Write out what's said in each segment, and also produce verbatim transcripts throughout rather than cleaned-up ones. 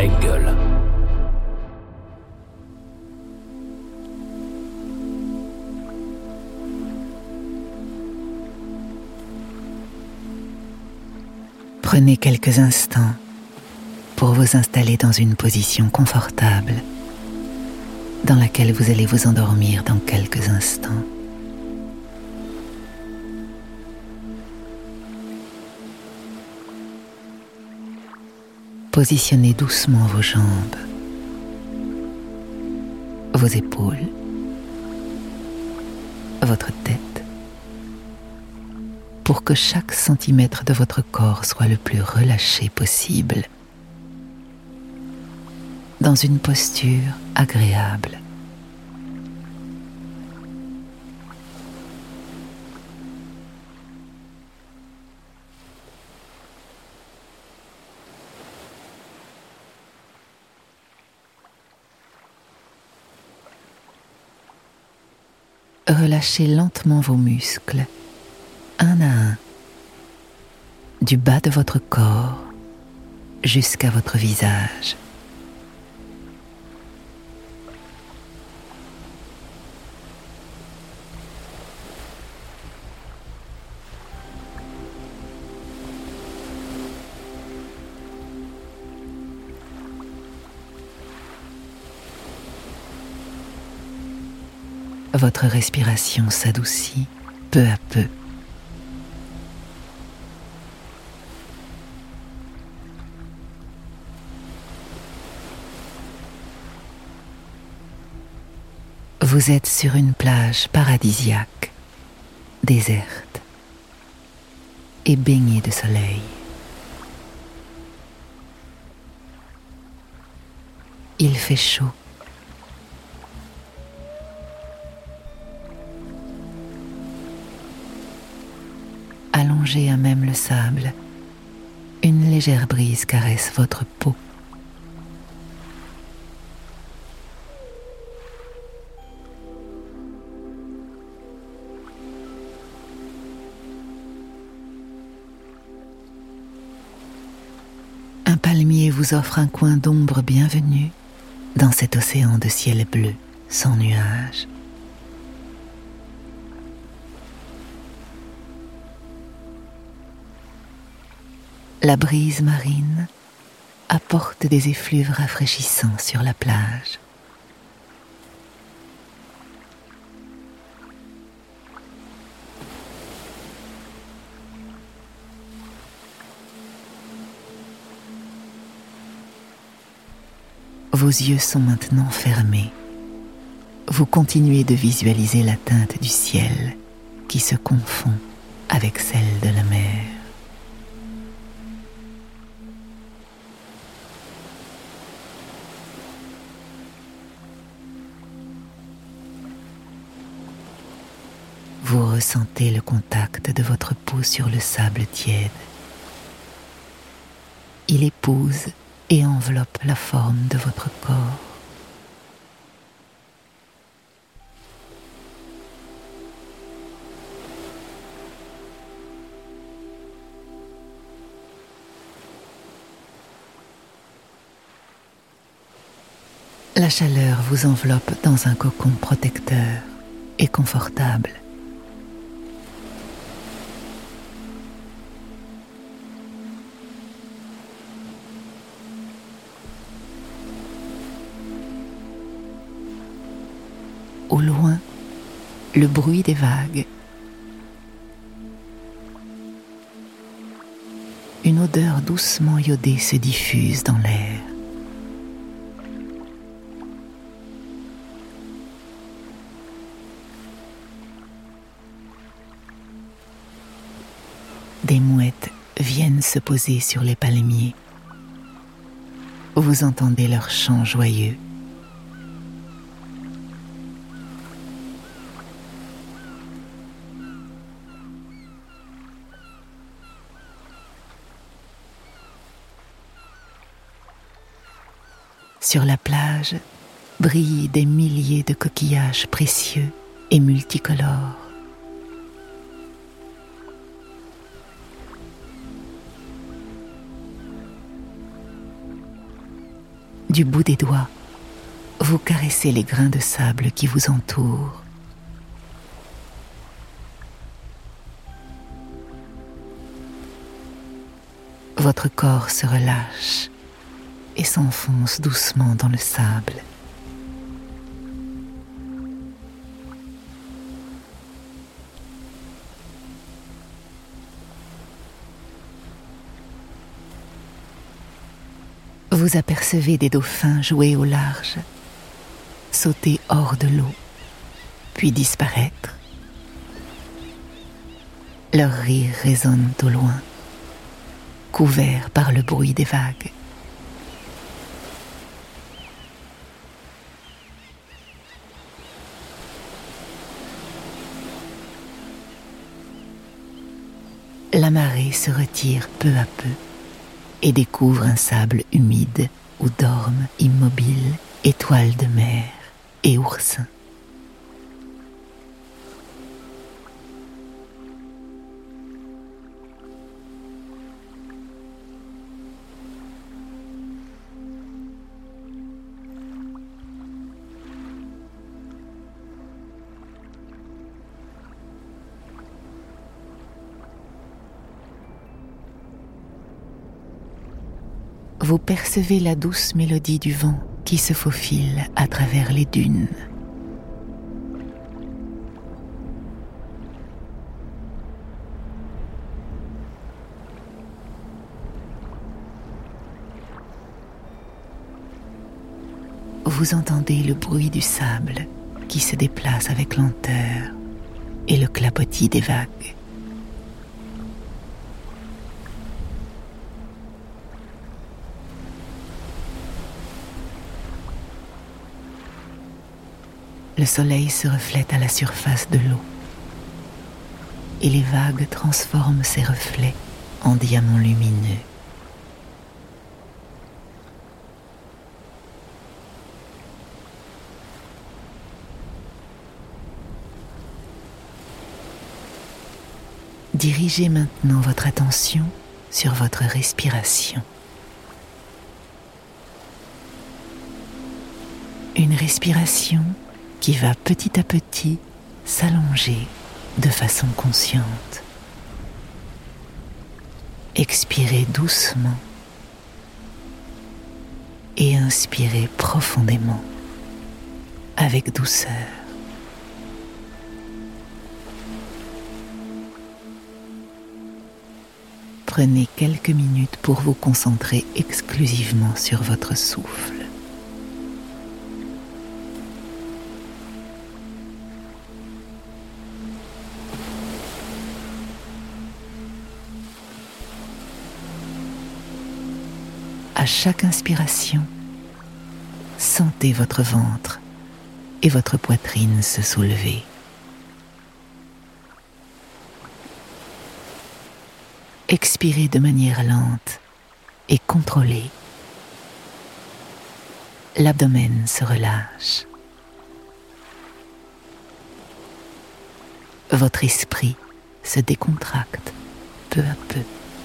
Engel. Prenez quelques instants pour vous installer dans une position confortable dans laquelle vous allez vous endormir dans quelques instants. Positionnez doucement vos jambes, vos épaules, votre tête, pour que chaque centimètre de votre corps soit le plus relâché possible, dans une posture agréable. Relâchez lentement vos muscles, un à un, du bas de votre corps jusqu'à votre visage. Votre respiration s'adoucit peu à peu. Vous êtes sur une plage paradisiaque, déserte et baignée de soleil. Il fait chaud. Allongé à même le sable, une légère brise caresse votre peau. Un palmier vous offre un coin d'ombre bienvenu dans cet océan de ciel bleu sans nuages. La brise marine apporte des effluves rafraîchissants sur la plage. Vos yeux sont maintenant fermés. Vous continuez de visualiser la teinte du ciel qui se confond avec celle de la mer. Vous ressentez le contact de votre peau sur le sable tiède. Il épouse et enveloppe la forme de votre corps. La chaleur vous enveloppe dans un cocon protecteur et confortable. Au loin, le bruit des vagues. Une odeur doucement iodée se diffuse dans l'air. Des mouettes viennent se poser sur les palmiers. Vous entendez leur chant joyeux. Sur la plage brillent des milliers de coquillages précieux et multicolores. Du bout des doigts, vous caressez les grains de sable qui vous entourent. Votre corps se relâche et s'enfonce doucement dans le sable. Vous apercevez des dauphins jouer au large, sauter hors de l'eau, puis disparaître. Leur rire résonne au loin, couvert par le bruit des vagues. La marée se retire peu à peu et découvre un sable humide où dorment immobiles étoiles de mer et oursins. Vous percevez la douce mélodie du vent qui se faufile à travers les dunes. Vous entendez le bruit du sable qui se déplace avec lenteur et le clapotis des vagues. Le soleil se reflète à la surface de l'eau et les vagues transforment ses reflets en diamants lumineux. Dirigez maintenant votre attention sur votre respiration. Une respiration qui va petit à petit s'allonger de façon consciente. Expirez doucement et inspirez profondément avec douceur. Prenez quelques minutes pour vous concentrer exclusivement sur votre souffle. À chaque inspiration, sentez votre ventre et votre poitrine se soulever. Expirez de manière lente et contrôlée. L'abdomen se relâche. Votre esprit se décontracte peu à peu.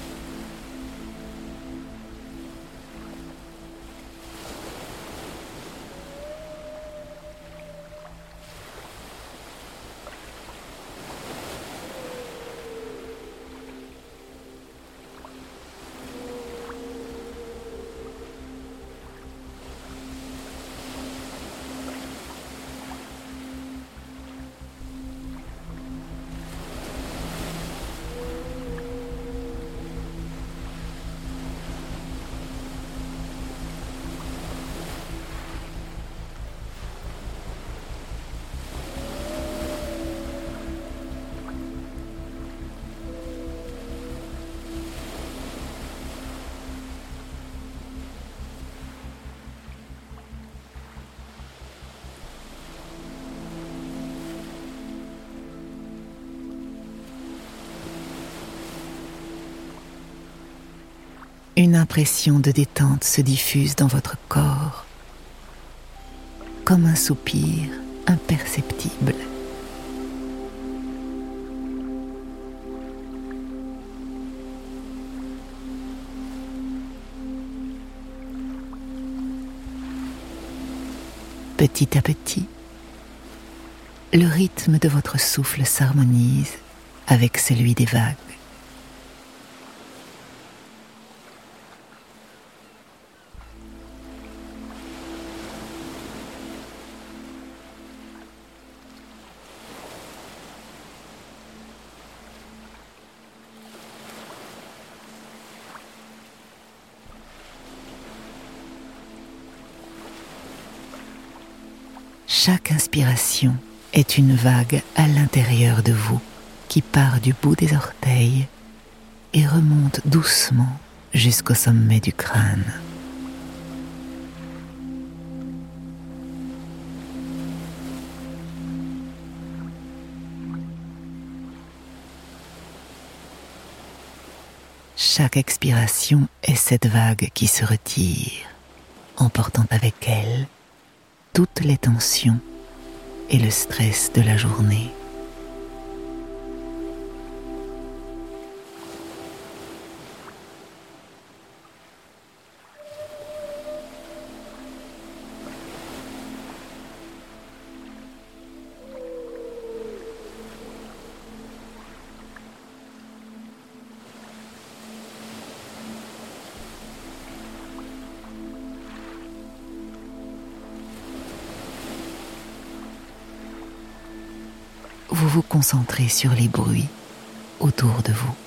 Une impression de détente se diffuse dans votre corps, comme un soupir imperceptible. Petit à petit, le rythme de votre souffle s'harmonise avec celui des vagues. Chaque inspiration est une vague à l'intérieur de vous qui part du bout des orteils et remonte doucement jusqu'au sommet du crâne. Chaque expiration est cette vague qui se retire, emportant avec elle toutes les tensions et le stress de la journée. Vous vous concentrez sur les bruits autour de vous.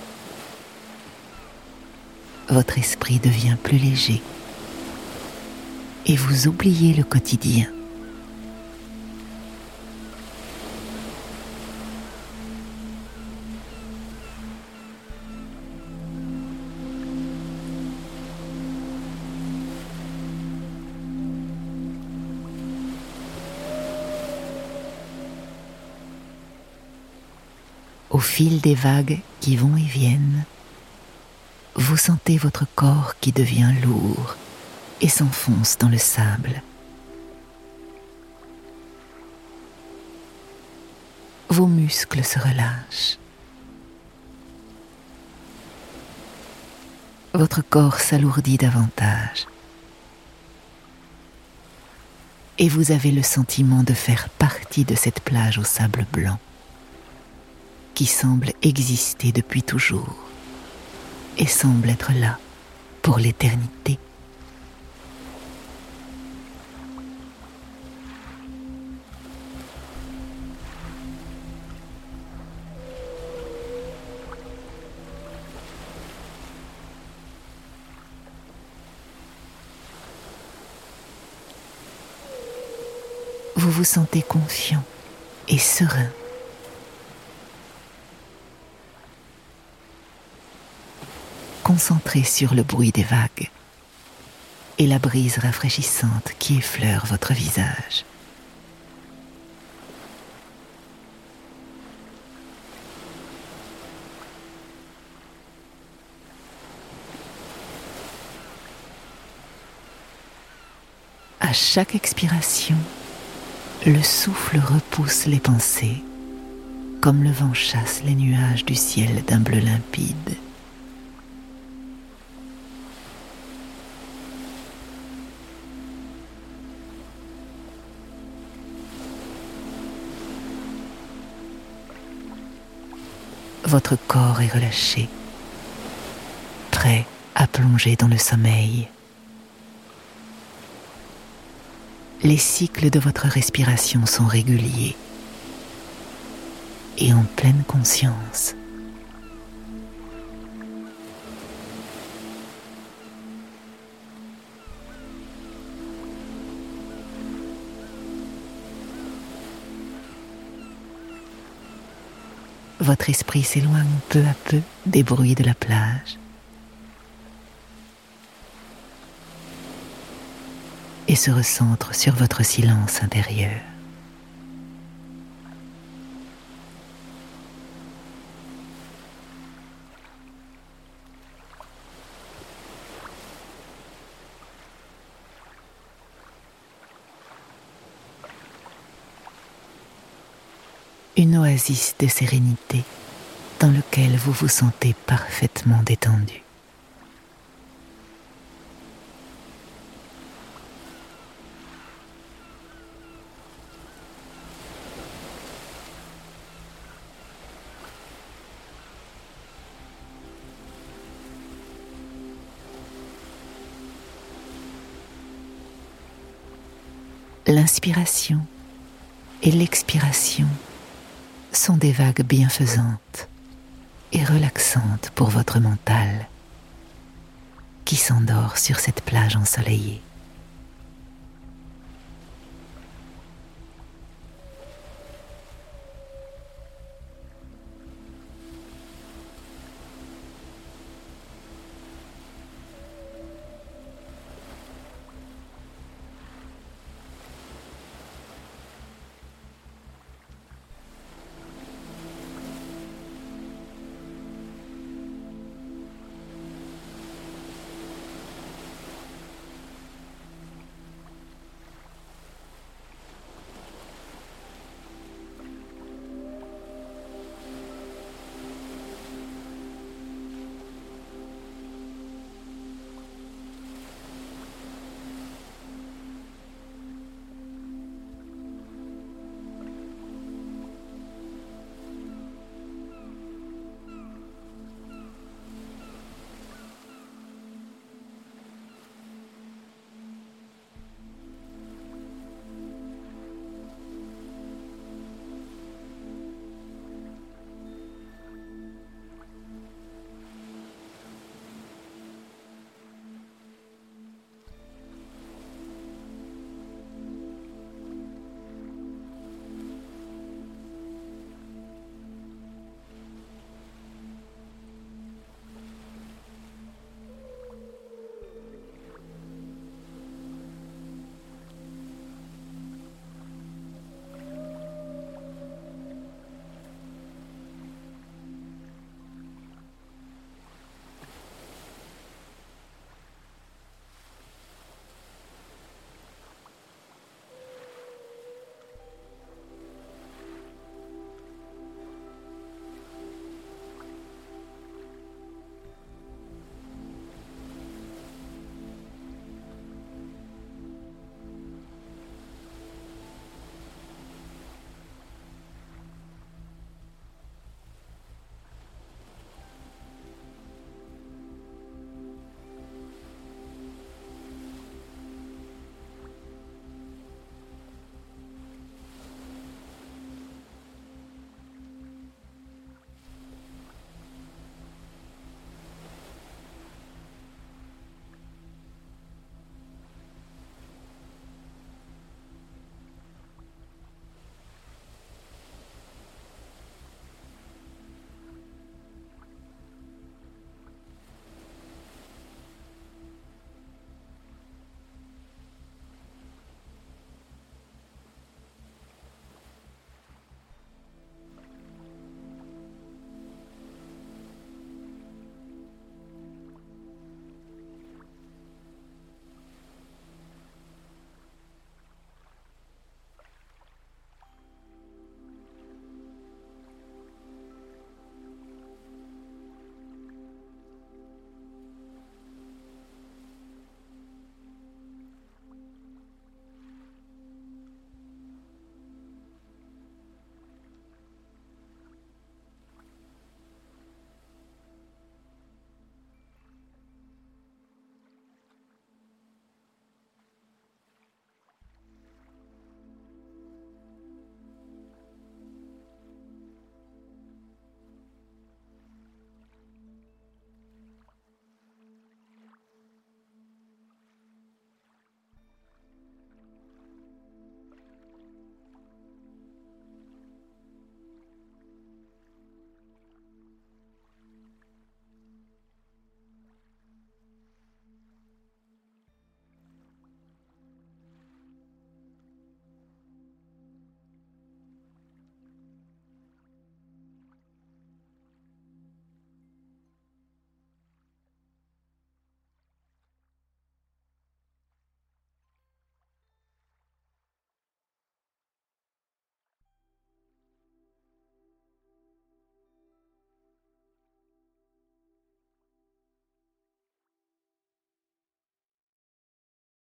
Votre esprit devient plus léger et vous oubliez le quotidien. Au fil des vagues qui vont et viennent, vous sentez votre corps qui devient lourd et s'enfonce dans le sable. Vos muscles se relâchent. Votre corps s'alourdit davantage. Et vous avez le sentiment de faire partie de cette plage au sable blanc qui semble exister depuis toujours et semble être là pour l'éternité. Vous vous sentez confiant et serein. Concentré sur le bruit des vagues et la brise rafraîchissante qui effleure votre visage. À chaque expiration, le souffle repousse les pensées, comme le vent chasse les nuages du ciel d'un bleu limpide. Votre corps est relâché, prêt à plonger dans le sommeil. Les cycles de votre respiration sont réguliers et en pleine conscience. Votre esprit s'éloigne peu à peu des bruits de la plage et se recentre sur votre silence intérieur. Une oasis de sérénité dans lequel vous vous sentez parfaitement détendu. L'inspiration et l'expiration sont des vagues bienfaisantes et relaxantes pour votre mental qui s'endort sur cette plage ensoleillée.